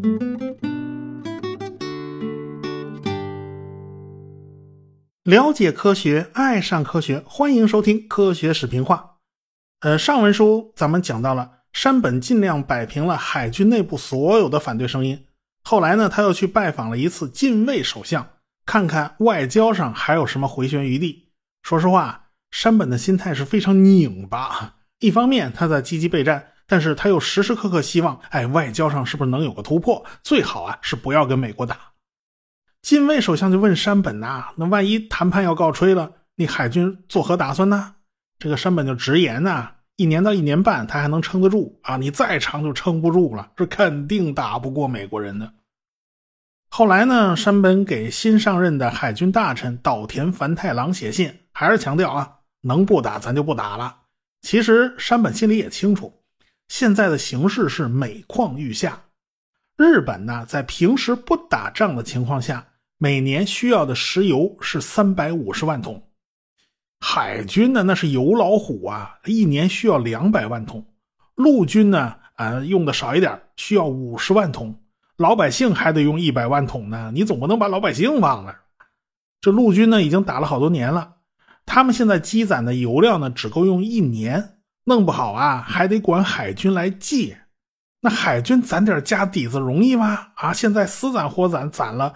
了解科学，爱上科学，欢迎收听科学视频化。上文书咱们讲到了山本尽量摆平了海军内部所有的反对声音，后来呢，他又去拜访了一次近卫首相，看看外交上还有什么回旋余地。说实话，山本的心态是非常拧巴，一方面他在积极备战，但是他又时时刻刻希望外交上是不是能有个突破，最好是不要跟美国打。近卫首相就问山本那万一谈判要告吹了，你海军作何打算呢？这个山本就直言1年到1年半他还能撑得住你再长就撑不住了，是肯定打不过美国人的。后来呢，山本给新上任的海军大臣岛田繁太郎写信，还是强调能不打咱就不打了。其实山本心里也清楚，现在的形势是每况愈下。日本在平时不打仗的情况下，每年需要的石油是350万桶，海军呢那是油老虎一年需要200万桶，陆军呢用的少一点，需要50万桶，老百姓还得用100万桶呢，你总不能把老百姓忘了。这陆军呢已经打了好多年了，他们现在积攒的油料呢只够用1年，弄不好还得管海军来借。那海军攒点家底子容易吗？现在死攒活攒攒了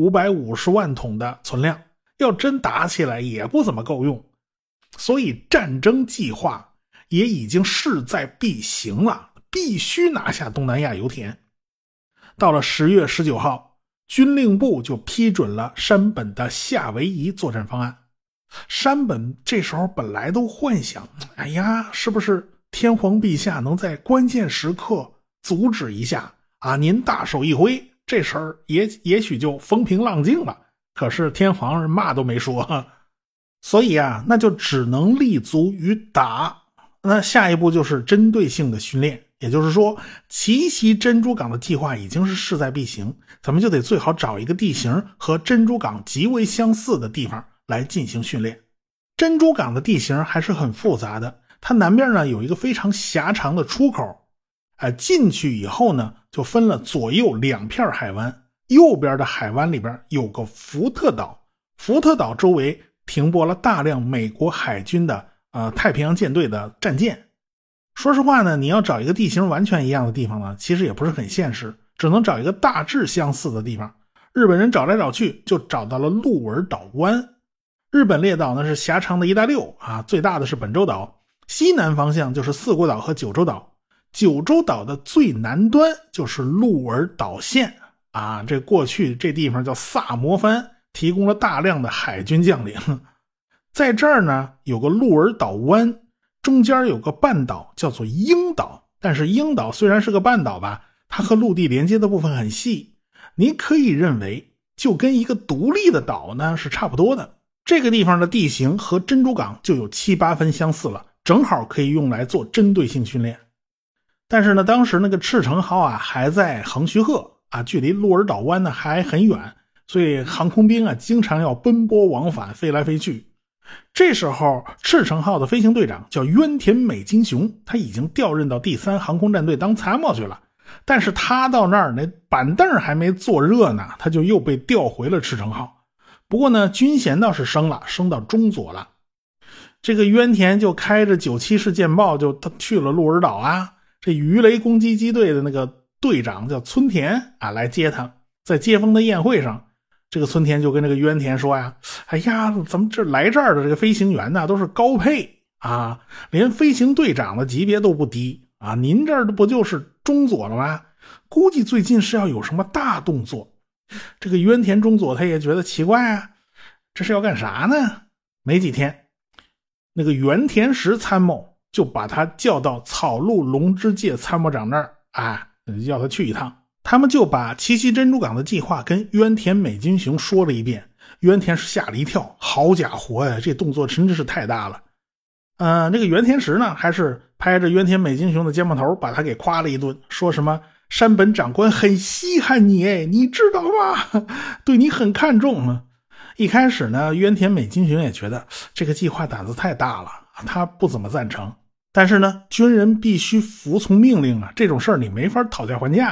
550万桶的存量，要真打起来也不怎么够用，所以战争计划也已经势在必行了，必须拿下东南亚油田。到了10月19号，军令部就批准了山本的夏威夷作战方案。山本这时候本来都幻想，是不是天皇陛下能在关键时刻阻止一下您大手一挥，这事儿也许就风平浪静了。可是天皇是嘛都没说，所以那就只能立足于打。那下一步就是针对性的训练，也就是说奇袭珍珠港的计划已经是势在必行，咱们就得最好找一个地形和珍珠港极为相似的地方来进行训练。珍珠港的地形还是很复杂的，它南边呢有一个非常狭长的出口，进去以后呢就分了左右2片海湾，右边的海湾里边有个福特岛，福特岛周围停泊了大量美国海军的太平洋舰队的战舰。说实话呢，你要找一个地形完全一样的地方呢，其实也不是很现实，只能找一个大致相似的地方。日本人找来找去就找到了鹿儿岛湾。日本列岛呢是狭长的一大溜最大的是本州岛，西南方向就是四国岛和九州岛，九州岛的最南端就是鹿儿岛县这过去这地方叫萨摩藩，提供了大量的海军将领。在这儿呢有个鹿儿岛湾，中间有个半岛叫做鹰岛，但是鹰岛虽然是个半岛吧，它和陆地连接的部分很细，你可以认为就跟一个独立的岛呢是差不多的。这个地方的地形和珍珠港就有7、8分相似了，正好可以用来做针对性训练。但是呢，当时那个赤城号还在横须贺距离鹿儿岛湾呢还很远，所以航空兵经常要奔波往返，飞来飞去。这时候赤城号的飞行队长叫渊田美金雄，他已经调任到第3航空战队当参谋去了，但是他到那儿那板凳还没坐热呢，他就又被调回了赤城号。不过呢，军衔倒是升到中佐了。这个渊田就开着97式舰炮就去了鹿儿岛这鱼雷攻击机队的那个队长叫村田来接他。在接风的宴会上，这个村田就跟这个渊田说咱们来这儿的这个飞行员都是高配连飞行队长的级别都不低您这儿不就是中佐了吗？估计最近是要有什么大动作。这个渊田中佐他也觉得奇怪这是要干啥呢？没几天，那个原田实参谋就把他叫到草鹿龙之介参谋长那儿要他去一趟。他们就把奇袭珍珠港的计划跟渊田美金雄说了一遍。渊田是吓了一跳，好家伙这动作真是太大了。那个原田实呢还是拍着渊田美金雄的肩膀头把他给夸了一顿，说什么山本长官很稀罕你你知道吗？对你很看重一开始呢，渊田美金雄也觉得这个计划胆子太大了，他不怎么赞成。但是呢，军人必须服从命令这种事儿你没法讨价还价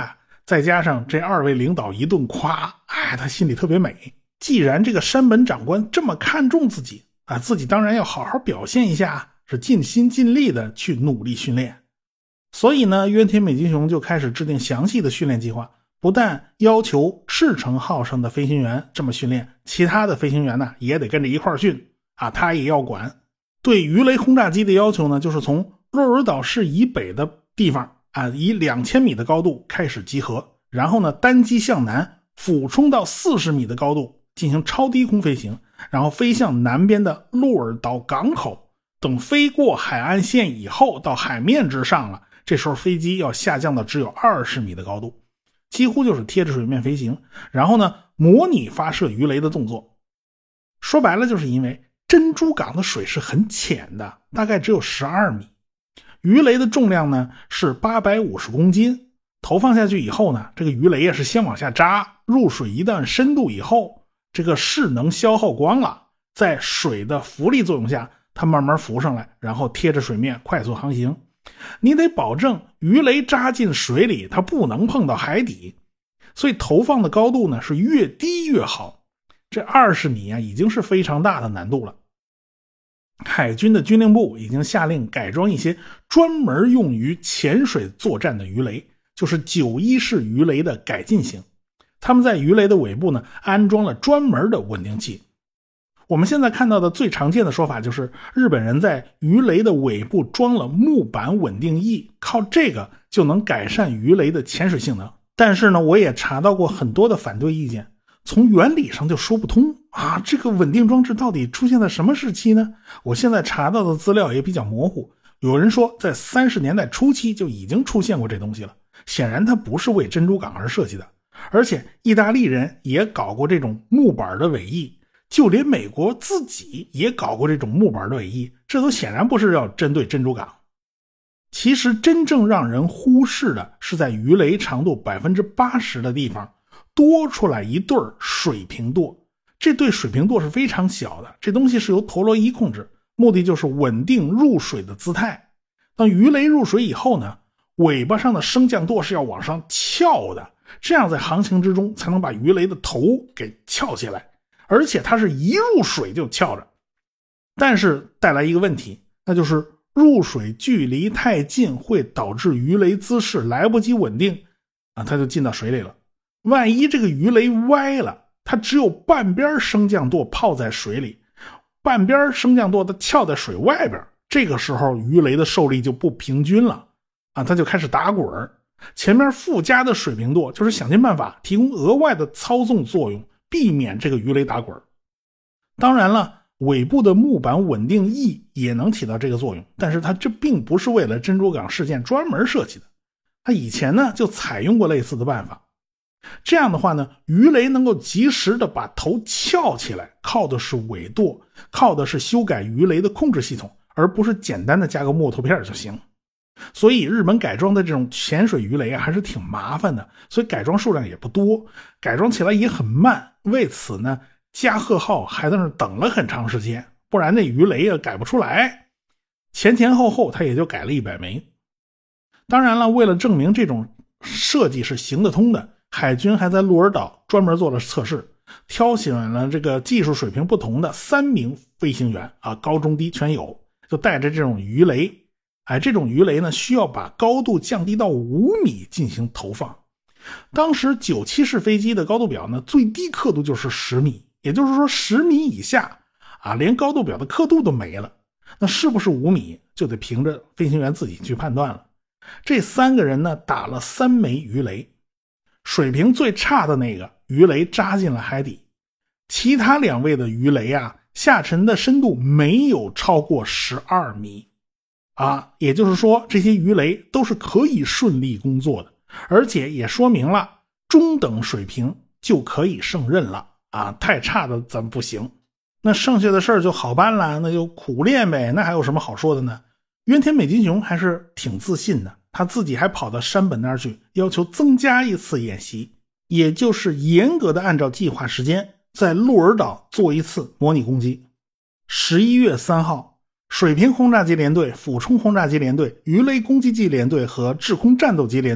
再加上这2位领导一顿夸，他心里特别美。既然这个山本长官这么看重自己自己当然要好好表现一下，是尽心尽力的去努力训练。所以呢，渊田美吉雄就开始制定详细的训练计划，不但要求赤城号上的飞行员这么训练，其他的飞行员呢也得跟着一块训他也要管。对鱼雷轰炸机的要求呢，就是从鹿儿岛市以北的地方以2000米的高度开始集合，然后呢单机向南俯冲到40米的高度进行超低空飞行，然后飞向南边的鹿儿岛港口。等飞过海岸线以后，到海面之上了，这时候飞机要下降到只有20米的高度，几乎就是贴着水面飞行，然后呢模拟发射鱼雷的动作。说白了就是因为珍珠港的水是很浅的，大概只有12米，鱼雷的重量呢是850公斤，投放下去以后呢，这个鱼雷是先往下扎，入水一旦深度以后，这个势能消耗光了，在水的浮力作用下它慢慢浮上来，然后贴着水面快速航行。你得保证鱼雷扎进水里，它不能碰到海底，所以投放的高度呢是越低越好。这20米已经是非常大的难度了。海军的军令部已经下令改装一些专门用于潜水作战的鱼雷，就是91式鱼雷的改进型。他们在鱼雷的尾部呢安装了专门的稳定器。我们现在看到的最常见的说法就是日本人在鱼雷的尾部装了木板稳定翼，靠这个就能改善鱼雷的潜水性能。但是呢，我也查到过很多的反对意见，从原理上就说不通这个稳定装置到底出现在什么时期呢？我现在查到的资料也比较模糊，有人说在30年代初期就已经出现过这东西了，显然它不是为珍珠港而设计的。而且意大利人也搞过这种木板的尾翼，就连美国自己也搞过这种木板的尾翼，这都显然不是要针对珍珠港。其实真正让人忽视的是在鱼雷长度 80% 的地方多出来一对水平舵。这对水平舵是非常小的，这东西是由陀螺仪控制，目的就是稳定入水的姿态。当鱼雷入水以后呢，尾巴上的升降舵是要往上翘的，这样在航行之中才能把鱼雷的头给翘起来，而且它是一入水就翘着。但是带来一个问题，那就是入水距离太近会导致鱼雷姿势来不及稳定它就进到水里了。万一这个鱼雷歪了，它只有半边升降舵泡在水里，半边升降舵它翘在水外边，这个时候鱼雷的受力就不平均了它就开始打滚。前面附加的水平舵就是想尽办法提供额外的操纵作用，避免这个鱼雷打滚。当然了，尾部的木板稳定翼也能起到这个作用，但是它这并不是为了珍珠港事件专门设计的，它以前呢就采用过类似的办法。这样的话呢，鱼雷能够及时的把头翘起来，靠的是尾舵，靠的是修改鱼雷的控制系统，而不是简单的加个木头片就行。所以日本改装的这种潜水鱼雷还是挺麻烦的，所以改装数量也不多，改装起来也很慢。为此呢，加贺号还在那等了很长时间，不然那鱼雷也改不出来。前后他也就改了100枚。当然了，为了证明这种设计是行得通的，海军还在鹿儿岛专门做了测试，挑选了这个技术水平不同的3名飞行员高中低全有，就带着这种鱼雷。这种鱼雷呢，需要把高度降低到5米进行投放。当时97式飞机的高度表呢，最低刻度就是10米，也就是说10米以下连高度表的刻度都没了。那是不是5米，就得凭着飞行员自己去判断了。这3个人呢，打了3枚鱼雷，水平最差的那个鱼雷扎进了海底，其他2位的鱼雷下沉的深度没有超过12米。也就是说这些鱼雷都是可以顺利工作的，而且也说明了中等水平就可以胜任了太差的咱们不行。那剩下的事儿就好办了，那就苦练呗，那还有什么好说的呢？渊田美金雄还是挺自信的，他自己还跑到山本那儿去要求增加一次演习，也就是严格的按照计划时间在鹿儿岛做一次模拟攻击。11月3号水平轰炸机联队、俯冲轰炸机联队、鱼雷攻击机联队和制空战斗机联队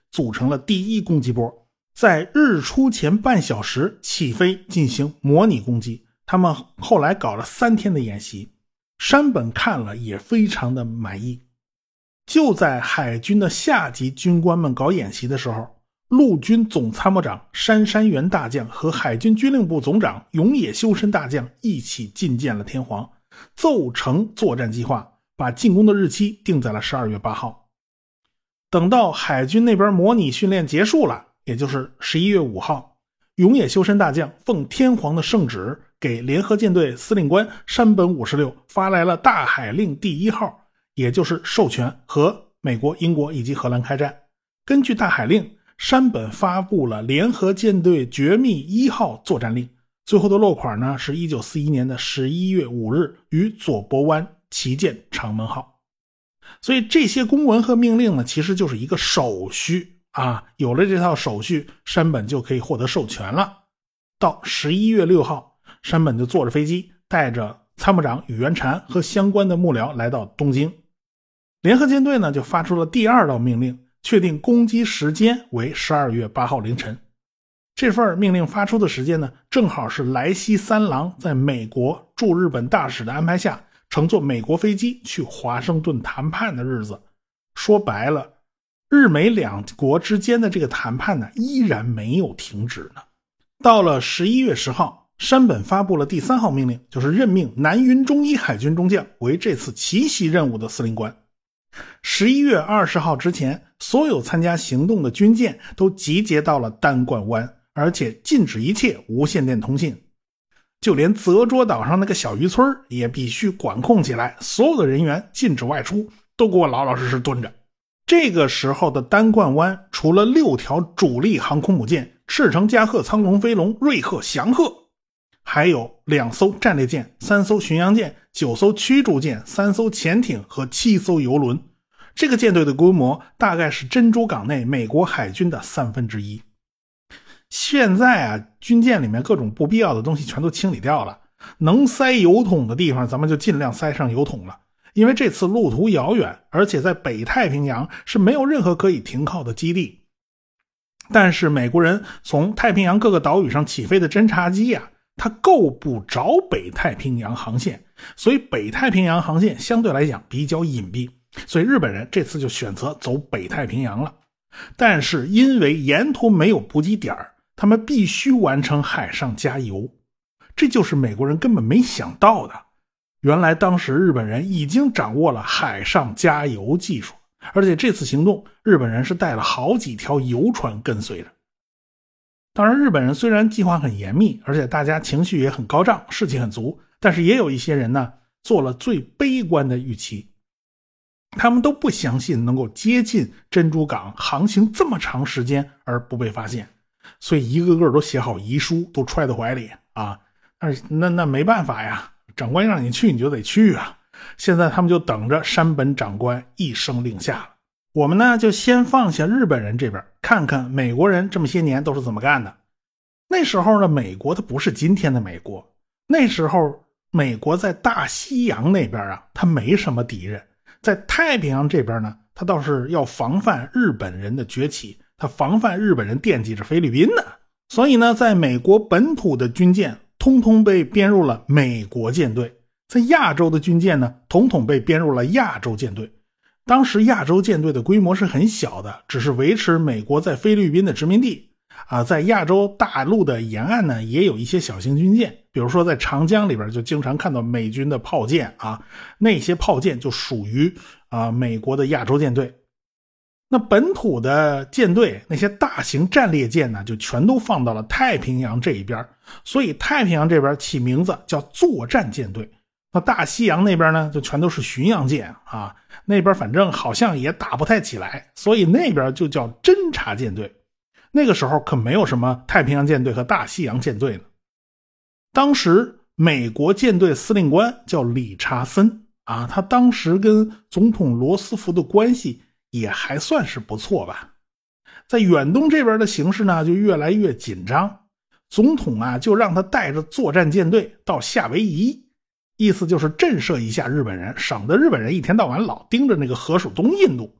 组成了第一攻击波，在日出前半小时起飞进行模拟攻击。他们后来搞了3天的演习，山本看了也非常的满意。就在海军的下级军官们搞演习的时候，陆军总参谋长杉山元大将和海军军令部总长永野修身大将一起觐见了天皇，奏成作战计划，把进攻的日期定在了12月8号。等到海军那边模拟训练结束了，也就是11月5号，永野修身大将奉天皇的圣旨，给联合舰队司令官山本56发来了大海令第1号，也就是授权和美国、英国以及荷兰开战。根据大海令，山本发布了联合舰队绝密1号作战令，最后的落款呢是1941年的11月5日于佐伯湾旗舰长门号。所以这些公文和命令呢，其实就是一个手续啊，有了这套手续，山本就可以获得授权了。到11月6号，山本就坐着飞机，带着参谋长宇垣禅和相关的幕僚来到东京。联合舰队呢就发出了第2道命令，确定攻击时间为12月8号凌晨。这份命令发出的时间呢，正好是莱西三郎在美国驻日本大使的安排下，乘坐美国飞机去华盛顿谈判的日子。说白了，日美两国之间的这个谈判呢，依然没有停止呢。到了11月10号，山本发布了第3号命令，就是任命南云忠一海军中将为这次奇袭任务的司令官。11月20号之前，所有参加行动的军舰都集结到了丹冠湾，而且禁止一切无线电通信。就连泽捉岛上那个小渔村也必须管控起来，所有的人员禁止外出，都给我老老实实蹲着。这个时候的丹冠湾，除了6条主力航空母舰赤城加贺、苍龙、飞龙、瑞鹤、翔鹤，还有2艘战列舰、3艘巡洋舰、9艘驱逐舰、3艘潜艇和7艘油轮。这个舰队的规模大概是珍珠港内美国海军的1/3。现在啊，军舰里面各种不必要的东西全都清理掉了，能塞油桶的地方咱们就尽量塞上油桶了。因为这次路途遥远，而且在北太平洋是没有任何可以停靠的基地。但是美国人从太平洋各个岛屿上起飞的侦察机啊，它够不着北太平洋航线，所以北太平洋航线相对来讲比较隐蔽，所以日本人这次就选择走北太平洋了。但是因为沿途没有补给点，他们必须完成海上加油，这就是美国人根本没想到的。原来当时日本人已经掌握了海上加油技术，而且这次行动日本人是带了好几条游船跟随着。当然日本人虽然计划很严密，而且大家情绪也很高涨，士气很足，但是也有一些人呢做了最悲观的预期。他们都不相信能够接近珍珠港航行这么长时间而不被发现，所以一个个都写好遗书，都揣在怀里啊。但是那没办法呀，长官让你去你就得去啊。现在他们就等着山本长官一声令下了。我们呢就先放下日本人这边，看看美国人这么些年都是怎么干的。那时候呢，美国它不是今天的美国，那时候美国在大西洋那边啊，它没什么敌人。在太平洋这边呢，它倒是要防范日本人的崛起，它防范日本人惦记着菲律宾呢。所以呢，在美国本土的军舰通通被编入了美国舰队，在亚洲的军舰呢，统统被编入了亚洲舰队。当时亚洲舰队的规模是很小的，只是维持美国在菲律宾的殖民地啊。在亚洲大陆的沿岸呢，也有一些小型军舰，比如说在长江里边就经常看到美军的炮舰啊，那些炮舰就属于美国的亚洲舰队。那本土的舰队那些大型战列舰呢，就全都放到了太平洋这一边，所以太平洋这边起名字叫作战舰队。那大西洋那边呢，就全都是巡洋舰啊，那边反正好像也打不太起来，所以那边就叫侦察舰队。那个时候可没有什么太平洋舰队和大西洋舰队呢。当时美国舰队司令官叫理查森啊，他当时跟总统罗斯福的关系也还算是不错吧。在远东这边的形势呢就越来越紧张，总统啊就让他带着作战舰队到夏威夷，意思就是震慑一下日本人，省得日本人一天到晚老盯着那个河属东印度。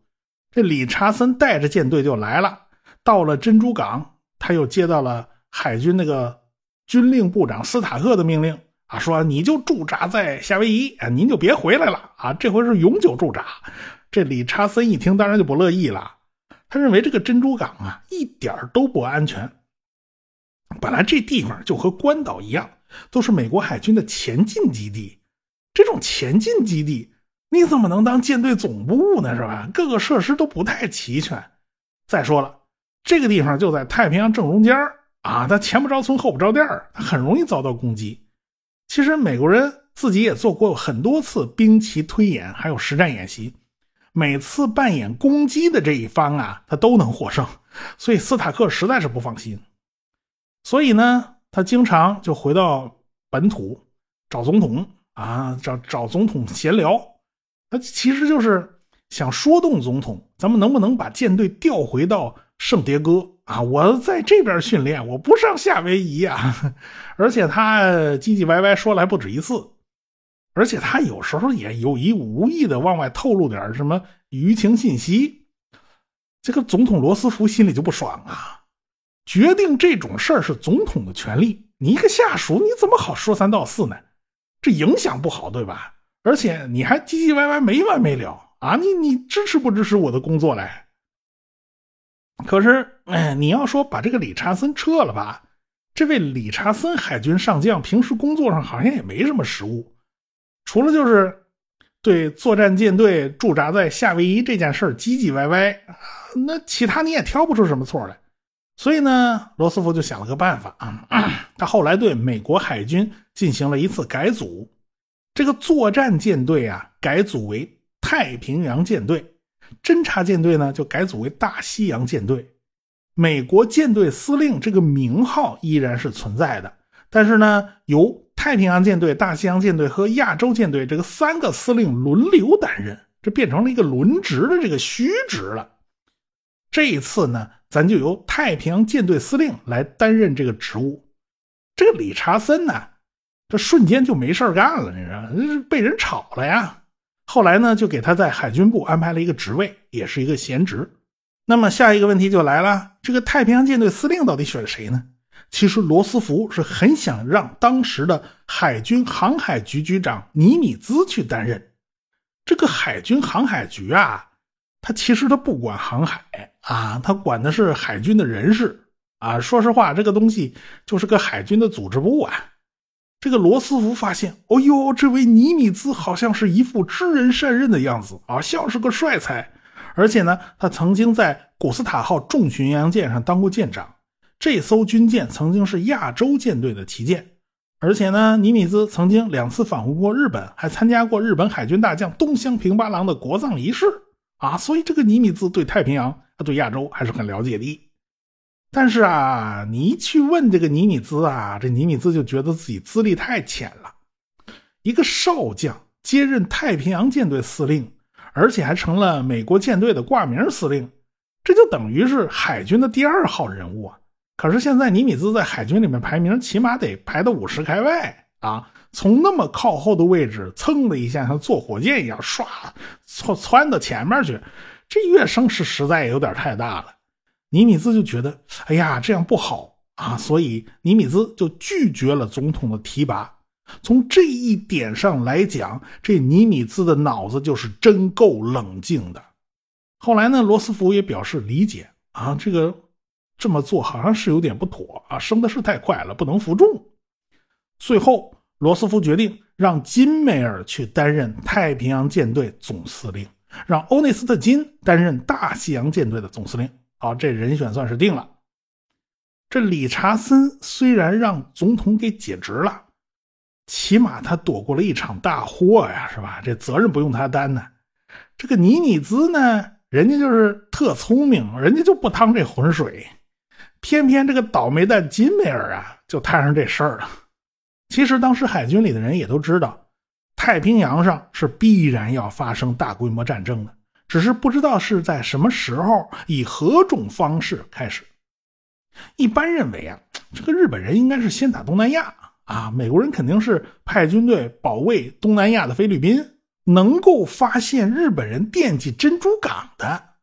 这理查森带着舰队就来了，到了珍珠港，他又接到了海军那个军令部长斯塔克的命令啊，说你就驻扎在夏威夷啊，您就别回来了啊，这回是永久驻扎。这理查森一听当然就不乐意了，他认为这个珍珠港啊一点都不安全。本来这地方就和关岛一样，都是美国海军的前进基地，这种前进基地你怎么能当舰队总部呢，是吧？各个设施都不太齐全。再说了，这个地方就在太平洋正中间啊，它前不着村后不着店，它很容易遭到攻击。其实美国人自己也做过很多次兵棋推演还有实战演习，每次扮演攻击的这一方啊，他都能获胜，所以斯塔克实在是不放心。所以呢，他经常就回到本土找总统啊，找总统闲聊。他其实就是想说动总统，咱们能不能把舰队调回到圣迭戈啊？我在这边训练，我不上夏威夷啊。而且他唧唧歪歪说来不止一次，而且他有时候也有意无意的往外透露点什么舆情信息。这个总统罗斯福心里就不爽啊。决定这种事儿是总统的权利，你一个下属你怎么好说三道四呢？这影响不好，对吧？而且你还唧唧歪歪没完没了啊！你支持不支持我的工作来？可是，你要说把这个理查森撤了吧，这位理查森海军上将平时工作上好像也没什么实务，除了就是对作战舰队驻扎在夏威夷这件事唧唧歪歪，那其他你也挑不出什么错来。所以呢，罗斯福就想了个办法他后来对美国海军进行了一次改组。这个作战舰队啊，改组为太平洋舰队，侦察舰队呢就改组为大西洋舰队。美国舰队司令这个名号依然是存在的，但是呢，由太平洋舰队、大西洋舰队和亚洲舰队这个3个司令轮流担任，这变成了一个轮值的这个虚职了。这一次呢，咱就由太平洋舰队司令来担任这个职务。这个理查森呢，这瞬间就没事干了，你知道，被人炒了呀。后来呢，就给他在海军部安排了一个职位，也是一个闲职。那么下一个问题就来了，这个太平洋舰队司令到底选谁呢？其实罗斯福是很想让当时的海军航海局局长尼米兹去担任。这个海军航海局啊，他其实他不管航海啊，他管的是海军的人事啊。说实话，这个东西就是个海军的组织部啊。这个罗斯福发现，哦呦，这位尼米兹好像是一副知人善任的样子啊，像是个帅才。而且呢，他曾经在古斯塔号重巡洋舰上当过舰长，这艘军舰曾经是亚洲舰队的旗舰。而且呢，尼米兹曾经2次访问过日本，还参加过日本海军大将东乡平八郎的国葬仪式啊，所以这个尼米兹对太平洋、对亚洲还是很了解的。但是啊，你一去问这个尼米兹啊，这尼米兹就觉得自己资历太浅了。一个少将接任太平洋舰队司令，而且还成了美国舰队的挂名司令，这就等于是海军的第2号人物啊。可是现在尼米兹在海军里面排名起码得排到50开外啊，从那么靠后的位置蹭的一下像坐火箭一样唰窜到前面去，这跃升是实在也有点太大了。尼米兹就觉得哎呀这样不好啊，所以尼米兹就拒绝了总统的提拔。从这一点上来讲，这尼米兹的脑子就是真够冷静的。后来呢，罗斯福也表示理解啊，这么做好像是有点不妥啊，升的是太快了，不能服众。最后罗斯福决定让金梅尔去担任太平洋舰队总司令，让欧内斯特金担任大西洋舰队的总司令。好，这人选算是定了。这理查森虽然让总统给解职了，起码他躲过了一场大祸呀，是吧？这责任不用他担呢。这个尼米兹呢，人家就是特聪明，人家就不趟这浑水。偏偏这个倒霉蛋金梅尔啊，就摊上这事儿了。其实当时海军里的人也都知道，太平洋上是必然要发生大规模战争的，只是不知道是在什么时候，以何种方式开始。一般认为啊，这个日本人应该是先打东南亚啊，美国人肯定是派军队保卫东南亚的菲律宾，能够发现日本人惦记珍珠港的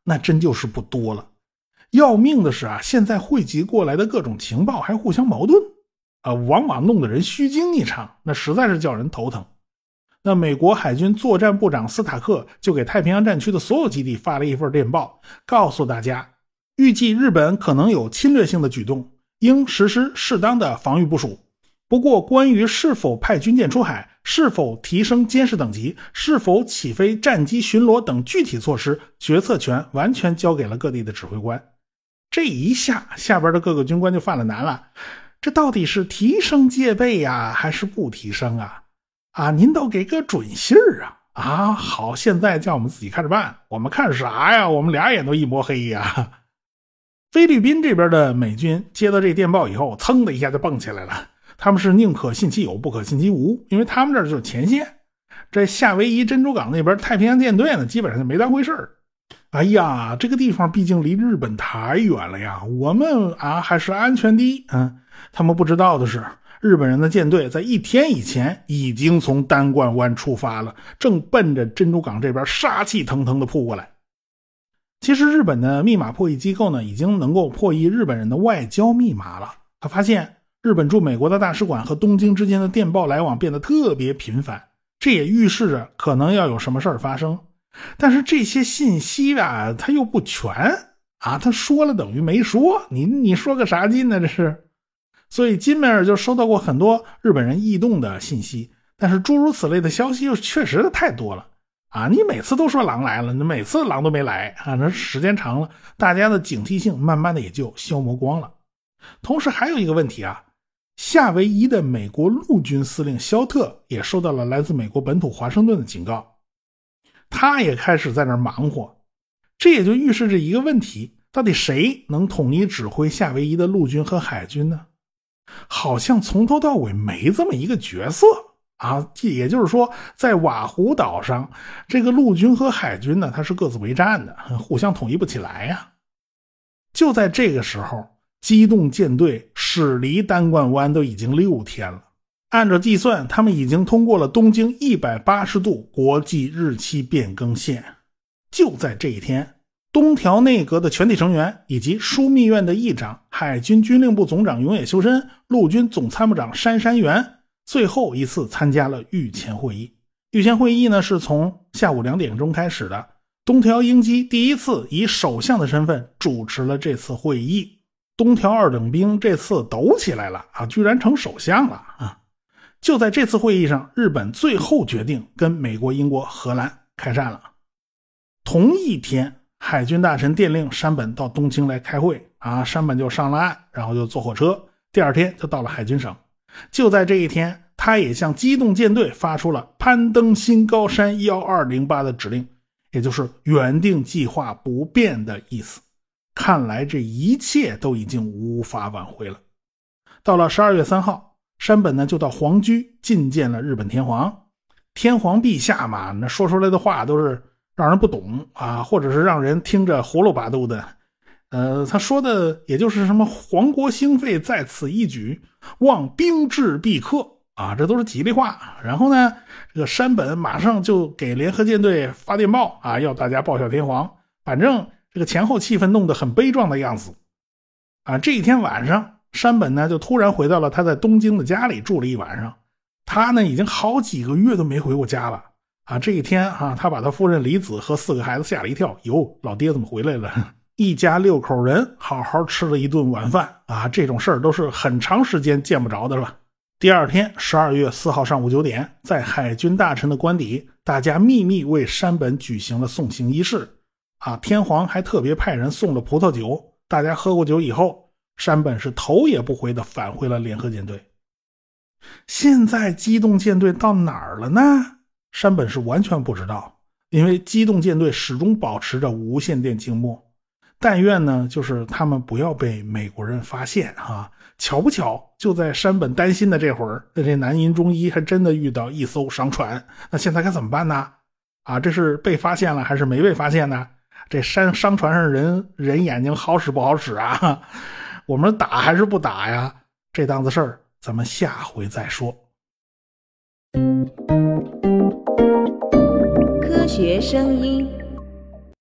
那真就是不多了。要命的是啊，现在汇集过来的各种情报还互相矛盾，往往弄得人虚惊一场，那实在是叫人头疼。那美国海军作战部长斯塔克就给太平洋战区的所有基地发了一份电报，告诉大家，预计日本可能有侵略性的举动，应实施适当的防御部署。不过关于是否派军舰出海，是否提升监视等级，是否起飞战机巡逻等具体措施，决策权完全交给了各地的指挥官。这一下，下边的各个军官就犯了难了，这到底是提升戒备呀，还是不提升啊？您都给个准信儿啊！好，现在叫我们自己看着办，我们看啥呀？我们俩眼都一抹黑呀！菲律宾这边的美军接到这电报以后，噌的一下就蹦起来了。他们是宁可信其有，不可信其无，因为他们这就是前线。这夏威夷珍珠港那边太平洋舰队呢，基本上就没当回事儿。哎呀，这个地方毕竟离日本太远了呀，我们还是安全第一。他们不知道的是，日本人的舰队在1天以前已经从丹冠湾出发了，正奔着珍珠港这边杀气腾腾的扑过来。其实日本的密码破译机构呢，已经能够破译日本人的外交密码了。他发现日本驻美国的大使馆和东京之间的电报来往变得特别频繁，这也预示着可能要有什么事儿发生。但是这些信息他又不全他说了等于没说，你说个啥劲呢这是？所以金梅尔就收到过很多日本人异动的信息，但是诸如此类的消息又确实太多了你每次都说狼来了，每次狼都没来那时间长了，大家的警惕性慢慢的也就消磨光了。同时还有一个问题夏威夷的美国陆军司令肖特也收到了来自美国本土华盛顿的警告，他也开始在那儿忙活。这也就预示着一个问题，到底谁能统一指挥夏威夷的陆军和海军呢？好像从头到尾没这么一个角色也就是说，在瓦胡岛上，这个陆军和海军呢，它是各自为战的，互相统一不起来就在这个时候，机动舰队驶离丹冠湾都已经6天了。按照计算，他们已经通过了东经180度国际日期变更线。就在这一天，东条内阁的全体成员以及枢密院的议长、海军军令部总长永野修身、陆军总参谋长杉山元最后一次参加了御前会议。御前会议呢，是从下午2点钟开始的。东条英机第一次以首相的身份主持了这次会议。东条二等兵这次抖起来了居然成首相了就在这次会议上，日本最后决定跟美国、英国、荷兰开战了。同一天，海军大臣电令山本到东京来开会山本就上了岸，然后就坐火车，第二天就到了海军省。就在这一天，他也向机动舰队发出了攀登新高山1208的指令，也就是原定计划不变的意思。看来这一切都已经无法挽回了。到了12月3号，山本呢就到皇居觐见了日本天皇。天皇陛下嘛，那说出来的话都是让人不懂或者是让人听着葫芦巴肚的。他说的也就是什么皇国兴废在此一举，望兵制必克这都是吉利话。然后呢，这个山本马上就给联合舰队发电报要大家报效天皇。反正这个前后气氛弄得很悲壮的样子这一天晚上，山本呢就突然回到了他在东京的家里住了一晚上。他呢已经好几个月都没回过家了这一天他把他夫人李子和4个孩子吓了一跳，哟，老爹怎么回来了？一家6口人好好吃了一顿晚饭这种事儿都是很长时间见不着的了。第二天12月4号上午9点，在海军大臣的官邸，大家秘密为山本举行了送行仪式天皇还特别派人送了葡萄酒。大家喝过酒以后，山本是头也不回地返回了联合舰队。现在机动舰队到哪儿了呢？山本是完全不知道，因为机动舰队始终保持着无线电静默。但愿呢，就是他们不要被美国人发现巧不巧，就在山本担心的这会儿，这南银中一还真的遇到一艘商船。那现在该怎么办呢？这是被发现了还是没被发现呢？这商船上人眼睛好使不好使我们打还是不打呀？这档子事儿咱们下回再说。 科学声音